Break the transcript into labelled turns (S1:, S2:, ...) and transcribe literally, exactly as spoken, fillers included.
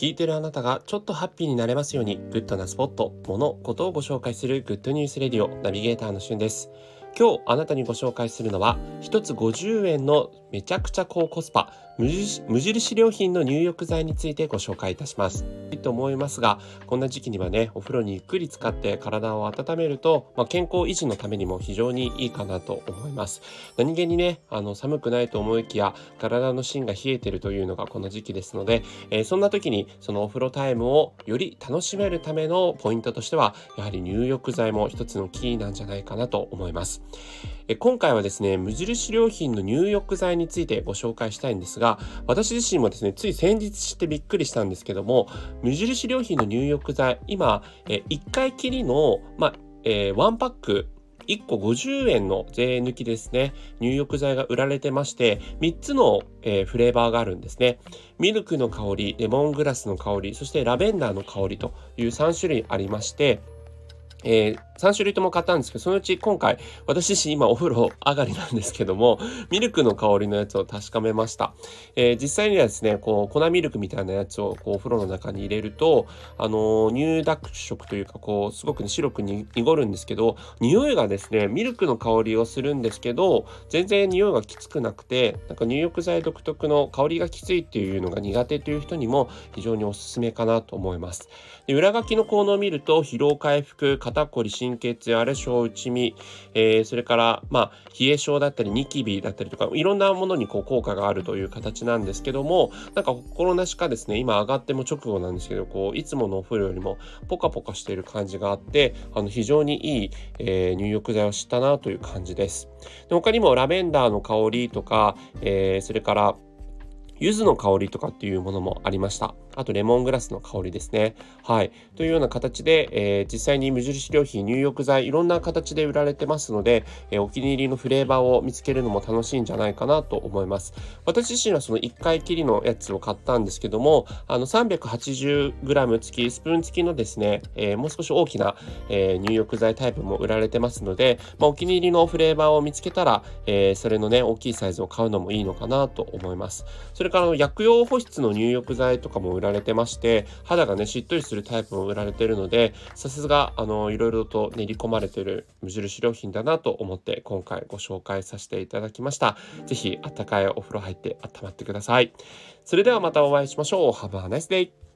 S1: 聞いてるあなたがちょっとハッピーになれますように、グッドなスポット、物、ことをご紹介するグッドニュースレディオナビゲーターのしゅんです。今日あなたにご紹介するのは、ひとつごじゅうえんのめちゃくちゃ高コスパ無印無印良品の入浴剤についてご紹介いたします。いいと思いますが、こんな時期にはね、お風呂にゆっくり使って体を温めると、まあ、健康維持のためにも非常にいいかなと思います。何気にね、あの寒くないと思いきや体の芯が冷えているというのがこの時期ですので、えーそんな時にそのお風呂タイムをより楽しめるためのポイントとしては、やはり入浴剤も一つのキーなんじゃないかなと思います。え今回はですね、無印良品の入浴剤についてご紹介したいんですが、私自身もですね、つい先日知ってびっくりしたんですけども、無印良品の入浴剤、今、えいっかいきりの、まあえー、ワンパックいっこごじゅうえんの税抜きですね、入浴剤が売られてまして、みっつの、えーフレーバーがあるんですね。ミルクの香り、レモングラスの香り、そしてラベンダーの香りというさんしゅるいありまして、えー、さんしゅるいとも買ったんですけど、そのうち今回、私自身今お風呂上がりなんですけども、ミルクの香りのやつを確かめました。えー実際にはですね、こう、粉ミルクみたいなやつをこうお風呂の中に入れると、あのー乳濁色というか、こう、すごくね、白くに濁るんですけど、匂いがですね、ミルクの香りをするんですけど、全然匂いがきつくなくて、なんか入浴剤独特の香りがきついっていうのが苦手という人にも非常におすすめかなと思います。で、裏書きの効能を見ると、疲労回復、肩こり、神経痛、荒れ症、内身、えーそれから、まあ、冷え症だったり、ニキビだったりとか、いろんなものにこう効果があるという形なんですけども、なんか心なしかですね、今上がっても直後なんですけど、こう、いつものお風呂よりもポカポカしている感じがあって、あの、非常にいい、えー入浴剤を知ったなという感じです。で、他にもラベンダーの香りとか、えーそれから、柚子の香りとかっていうものもありました。あとレモングラスの香りですね。はい。というような形で、えー実際に無印良品入浴剤いろんな形で売られてますので、えーお気に入りのフレーバーを見つけるのも楽しいんじゃないかなと思います。私自身はそのいっかいきりのやつを買ったんですけども、あの さんびゃくはちじゅうグラム 付き、スプーン付きのですね、えーもう少し大きな、えー入浴剤タイプも売られてますので、まあ、お気に入りのフレーバーを見つけたら、えーそれのね、大きいサイズを買うのもいいのかなと思います。それからあの薬用保湿の入浴剤とかも売られてまして、肌がねしっとりするタイプも売られているので、さすがあのいろいろと練り込まれている無印良品だなと思って今回ご紹介させていただきました。ぜひあったかいお風呂入って温まってください。それではまたお会いしましょう。Have a nice day!